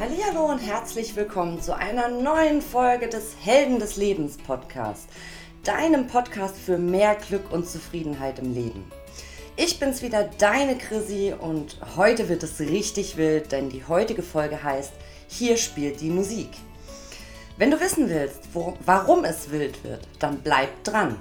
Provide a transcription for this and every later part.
Hallihallo und herzlich willkommen zu einer neuen Folge des Helden des Lebens Podcast, deinem Podcast für mehr Glück und Zufriedenheit im Leben. Ich bin's wieder, deine Chrissy, und heute wird es richtig wild, denn die heutige Folge heißt Hier spielt die Musik. Wenn du wissen willst, warum es wild wird, dann bleib dran.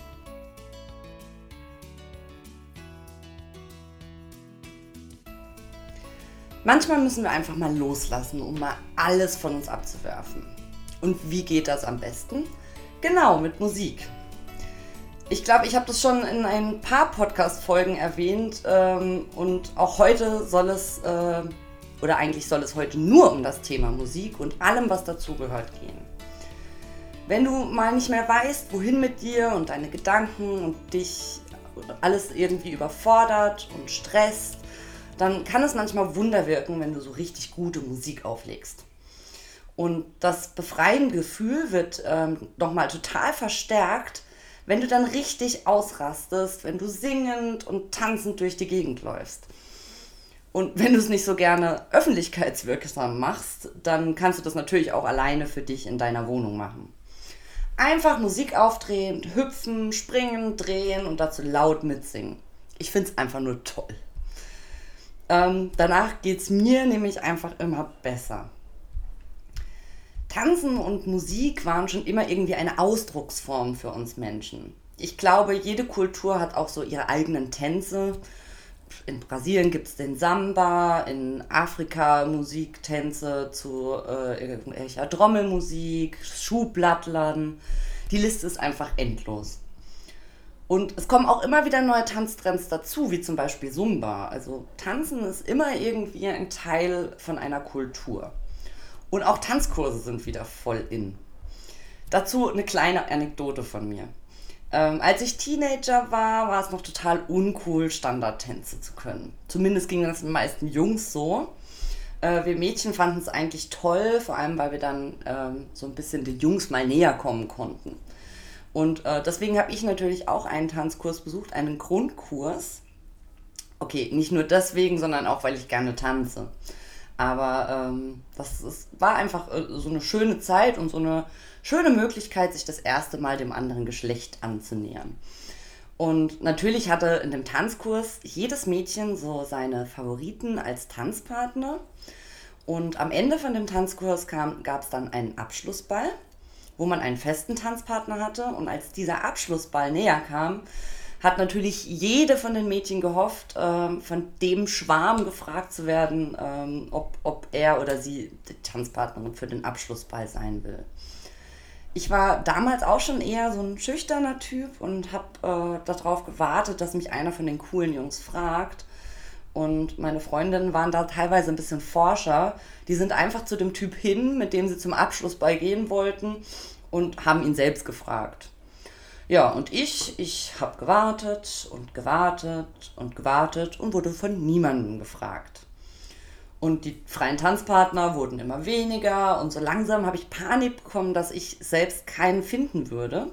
Manchmal müssen wir einfach mal loslassen, um mal alles von uns abzuwerfen. Und wie geht das am besten? Genau, mit Musik. Ich glaube, ich habe das schon in ein paar Podcast-Folgen erwähnt und auch heute soll es heute nur um das Thema Musik und allem, was dazugehört, gehen. Wenn du mal nicht mehr weißt, wohin mit dir und deine Gedanken und dich alles irgendwie überfordert und stresst, dann kann es manchmal Wunder wirken, wenn du so richtig gute Musik auflegst. Und das befreiende Gefühl wird nochmal total verstärkt, wenn du dann richtig ausrastest, wenn du singend und tanzend durch die Gegend läufst. Und wenn du es nicht so gerne öffentlichkeitswirksam machst, dann kannst du das natürlich auch alleine für dich in deiner Wohnung machen. Einfach Musik aufdrehen, hüpfen, springen, drehen und dazu laut mitsingen. Ich finde es einfach nur toll. Danach geht es mir nämlich einfach immer besser. Tanzen und Musik waren schon immer irgendwie eine Ausdrucksform für uns Menschen. Ich glaube, jede Kultur hat auch so ihre eigenen Tänze. In Brasilien gibt es den Samba, in Afrika Musiktänze zu irgendwelcher Trommelmusik, Schuhblattlern. Die Liste ist einfach endlos. Und es kommen auch immer wieder neue Tanztrends dazu, wie zum Beispiel Zumba. Also Tanzen ist immer irgendwie ein Teil von einer Kultur. Und auch Tanzkurse sind wieder voll in. Dazu eine kleine Anekdote von mir. Als ich Teenager war es noch total uncool, Standardtänze zu können. Zumindest ging das den meisten Jungs so. Wir Mädchen fanden es eigentlich toll, vor allem weil wir dann so ein bisschen den Jungs mal näher kommen konnten. Und deswegen habe ich natürlich auch einen Tanzkurs besucht, einen Grundkurs. Okay, nicht nur deswegen, sondern auch, weil ich gerne tanze. Aber war einfach so eine schöne Zeit und so eine schöne Möglichkeit, sich das erste Mal dem anderen Geschlecht anzunähern. Und natürlich hatte in dem Tanzkurs jedes Mädchen so seine Favoriten als Tanzpartner. Und am Ende von dem Tanzkurs gab es dann einen Abschlussball, wo man einen festen Tanzpartner hatte. Und als dieser Abschlussball näher kam, hat natürlich jede von den Mädchen gehofft, von dem Schwarm gefragt zu werden, ob er oder sie die Tanzpartnerin für den Abschlussball sein will. Ich war damals auch schon eher so ein schüchterner Typ und habe darauf gewartet, dass mich einer von den coolen Jungs fragt. Und meine Freundinnen waren da teilweise ein bisschen forscher. Die sind einfach zu dem Typ hin, mit dem sie zum Abschlussball gehen wollten, und haben ihn selbst gefragt. Ja, und ich habe gewartet und gewartet und gewartet und wurde von niemandem gefragt. Und die freien Tanzpartner wurden immer weniger und so langsam habe ich Panik bekommen, dass ich selbst keinen finden würde.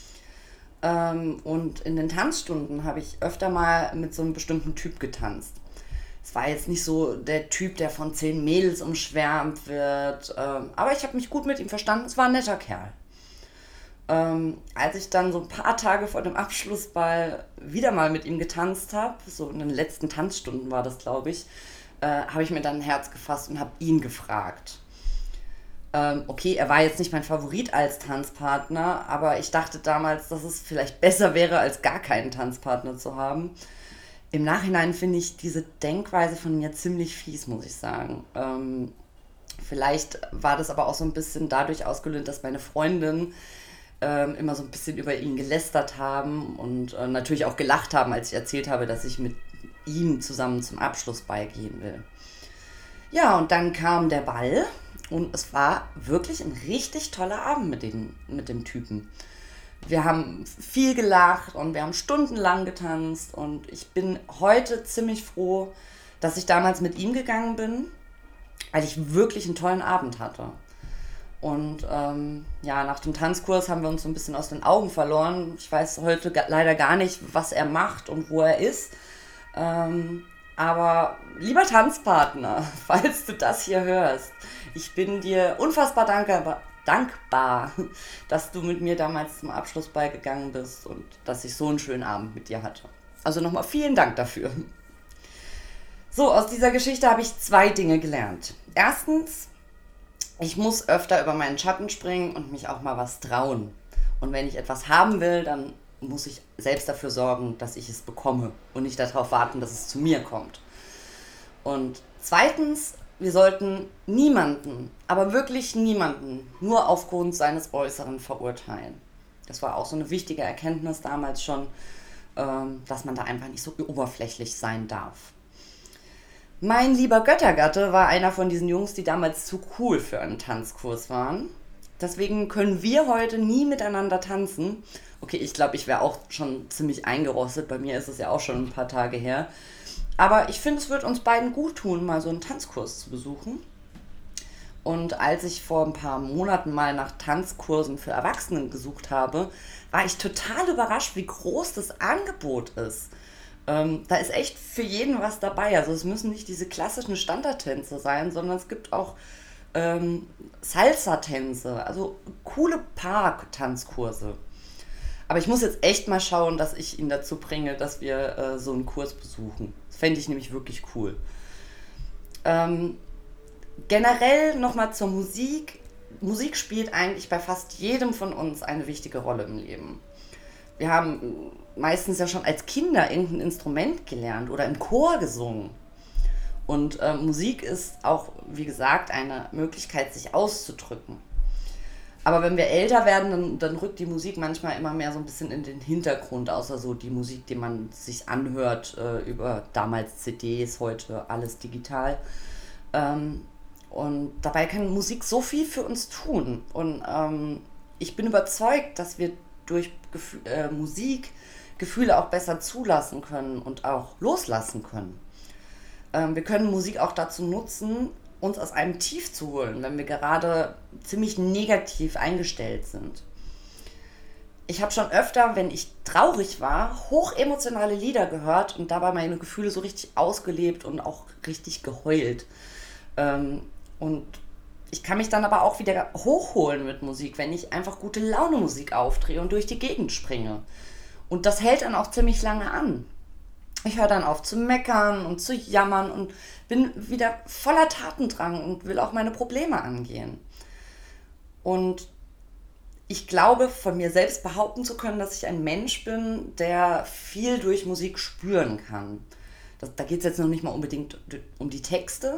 Und in den Tanzstunden habe ich öfter mal mit so einem bestimmten Typ getanzt. Es war jetzt nicht so der Typ, der von 10 Mädels umschwärmt wird, aber ich habe mich gut mit ihm verstanden, es war ein netter Kerl. Als ich dann so ein paar Tage vor dem Abschlussball wieder mal mit ihm getanzt habe, so in den letzten Tanzstunden war das, glaube ich, habe ich mir dann ein Herz gefasst und habe ihn gefragt. Okay, er war jetzt nicht mein Favorit als Tanzpartner, aber ich dachte damals, dass es vielleicht besser wäre, als gar keinen Tanzpartner zu haben. Im Nachhinein finde ich diese Denkweise von mir ziemlich fies, muss ich sagen. Vielleicht war das aber auch so ein bisschen dadurch ausgelöst, dass meine Freundin immer so ein bisschen über ihn gelästert haben und natürlich auch gelacht haben, als ich erzählt habe, dass ich mit ihm zusammen zum Abschlussball gehen will. Ja, und dann kam der Ball und es war wirklich ein richtig toller Abend mit dem Typen. Wir haben viel gelacht und wir haben stundenlang getanzt und ich bin heute ziemlich froh, dass ich damals mit ihm gegangen bin, weil ich wirklich einen tollen Abend hatte. Und nach dem Tanzkurs haben wir uns so ein bisschen aus den Augen verloren. Ich weiß heute leider gar nicht, was er macht und wo er ist. Aber lieber Tanzpartner, falls du das hier hörst, ich bin dir unfassbar dankbar, dass du mit mir damals zum Abschluss beigegangen bist und dass ich so einen schönen Abend mit dir hatte. Also nochmal vielen Dank dafür. So, aus dieser Geschichte habe ich 2 Dinge gelernt. Erstens, ich muss öfter über meinen Schatten springen und mich auch mal was trauen. Und wenn ich etwas haben will, dann muss ich selbst dafür sorgen, dass ich es bekomme und nicht darauf warten, dass es zu mir kommt. Und zweitens, wir sollten niemanden, aber wirklich niemanden, nur aufgrund seines Äußeren verurteilen. Das war auch so eine wichtige Erkenntnis damals schon, dass man da einfach nicht so oberflächlich sein darf. Mein lieber Göttergatte war einer von diesen Jungs, die damals zu cool für einen Tanzkurs waren. Deswegen können wir heute nie miteinander tanzen. Okay, ich glaube, ich wäre auch schon ziemlich eingerostet. Bei mir ist es ja auch schon ein paar Tage her. Aber ich finde, es wird uns beiden gut tun, mal so einen Tanzkurs zu besuchen. Und als ich vor ein paar Monaten mal nach Tanzkursen für Erwachsene gesucht habe, war ich total überrascht, wie groß das Angebot ist. Da ist echt für jeden was dabei. Also es müssen nicht diese klassischen Standardtänze sein, sondern es gibt auch Salsa-Tänze, also coole Park-Tanzkurse. Aber ich muss jetzt echt mal schauen, dass ich ihn dazu bringe, dass wir so einen Kurs besuchen. Das fände ich nämlich wirklich cool. Generell nochmal zur Musik. Musik spielt eigentlich bei fast jedem von uns eine wichtige Rolle im Leben. Wir haben meistens ja schon als Kinder irgendein Instrument gelernt oder im Chor gesungen. Und Musik ist auch, wie gesagt, eine Möglichkeit, sich auszudrücken. Aber wenn wir älter werden, dann rückt die Musik manchmal immer mehr so ein bisschen in den Hintergrund, außer so die Musik, die man sich anhört über damals CDs, heute alles digital. Und dabei kann Musik so viel für uns tun. Und ich bin überzeugt, dass wir durch Musik Gefühle auch besser zulassen können und auch loslassen können. Wir können Musik auch dazu nutzen, uns aus einem Tief zu holen, wenn wir gerade ziemlich negativ eingestellt sind. Ich habe schon öfter, wenn ich traurig war, hochemotionale Lieder gehört und dabei meine Gefühle so richtig ausgelebt und auch richtig geheult. Und ich kann mich dann aber auch wieder hochholen mit Musik, wenn ich einfach gute Laune Musik aufdrehe und durch die Gegend springe. Und das hält dann auch ziemlich lange an. Ich höre dann auf zu meckern und zu jammern und bin wieder voller Tatendrang und will auch meine Probleme angehen. Und ich glaube, von mir selbst behaupten zu können, dass ich ein Mensch bin, der viel durch Musik spüren kann. Da geht es jetzt noch nicht mal unbedingt um die Texte,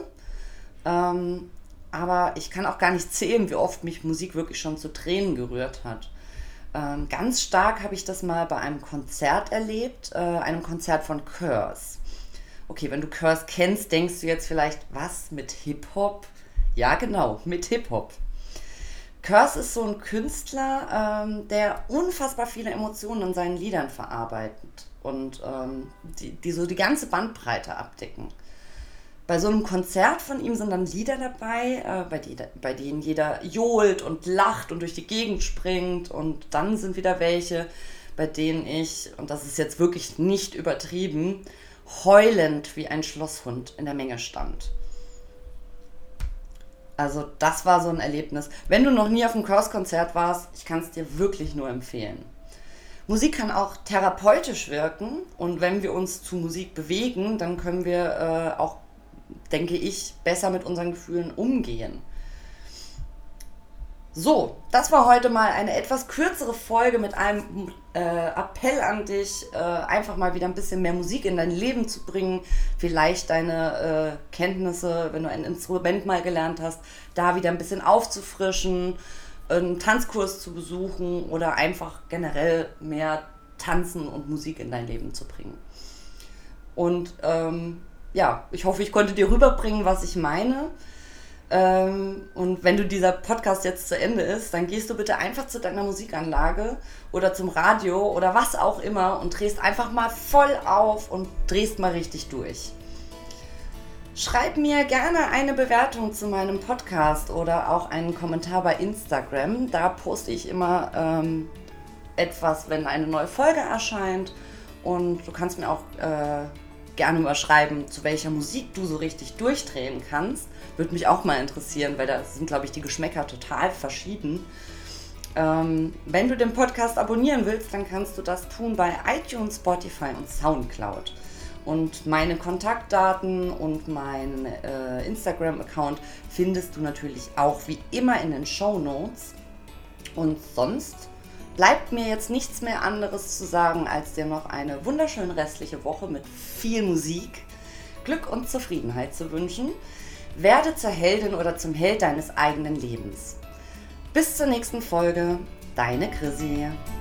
aber ich kann auch gar nicht zählen, wie oft mich Musik wirklich schon zu Tränen gerührt hat. Ganz stark habe ich das mal bei einem Konzert erlebt, einem Konzert von Curse. Okay, wenn du Curse kennst, denkst du jetzt vielleicht, was, mit Hip-Hop? Ja, genau, mit Hip-Hop. Curse ist so ein Künstler, der unfassbar viele Emotionen in seinen Liedern verarbeitet und die so die ganze Bandbreite abdecken. Bei so einem Konzert von ihm sind dann Lieder dabei, bei denen jeder johlt und lacht und durch die Gegend springt. Und dann sind wieder welche, bei denen ich, und das ist jetzt wirklich nicht übertrieben, heulend wie ein Schlosshund in der Menge stand. Also das war so ein Erlebnis. Wenn du noch nie auf einem Curse-Konzert warst, ich kann es dir wirklich nur empfehlen. Musik kann auch therapeutisch wirken und wenn wir uns zu Musik bewegen, dann können wir auch, denke ich, besser mit unseren Gefühlen umgehen. So, das war heute mal eine etwas kürzere Folge mit einem Appell an dich, einfach mal wieder ein bisschen mehr Musik in dein Leben zu bringen. Vielleicht deine Kenntnisse, wenn du ein Instrument mal gelernt hast, da wieder ein bisschen aufzufrischen, einen Tanzkurs zu besuchen oder einfach generell mehr Tanzen und Musik in dein Leben zu bringen. Und ja, ich hoffe, ich konnte dir rüberbringen, was ich meine. Und wenn du dieser Podcast jetzt zu Ende ist, dann gehst du bitte einfach zu deiner Musikanlage oder zum Radio oder was auch immer und drehst einfach mal voll auf und drehst mal richtig durch. Schreib mir gerne eine Bewertung zu meinem Podcast oder auch einen Kommentar bei Instagram. Da poste ich immer etwas, wenn eine neue Folge erscheint. Und du kannst mir auch gerne mal schreiben, zu welcher Musik du so richtig durchdrehen kannst. Würde mich auch mal interessieren, weil da sind, glaube ich, die Geschmäcker total verschieden. Wenn du den Podcast abonnieren willst, dann kannst du das tun bei iTunes, Spotify und Soundcloud. Und meine Kontaktdaten und meinen Instagram-Account findest du natürlich auch wie immer in den Shownotes. Und sonst bleibt mir jetzt nichts mehr anderes zu sagen, als dir noch eine wunderschöne restliche Woche mit viel Musik, Glück und Zufriedenheit zu wünschen. Werde zur Heldin oder zum Held deines eigenen Lebens. Bis zur nächsten Folge, deine Chrissy.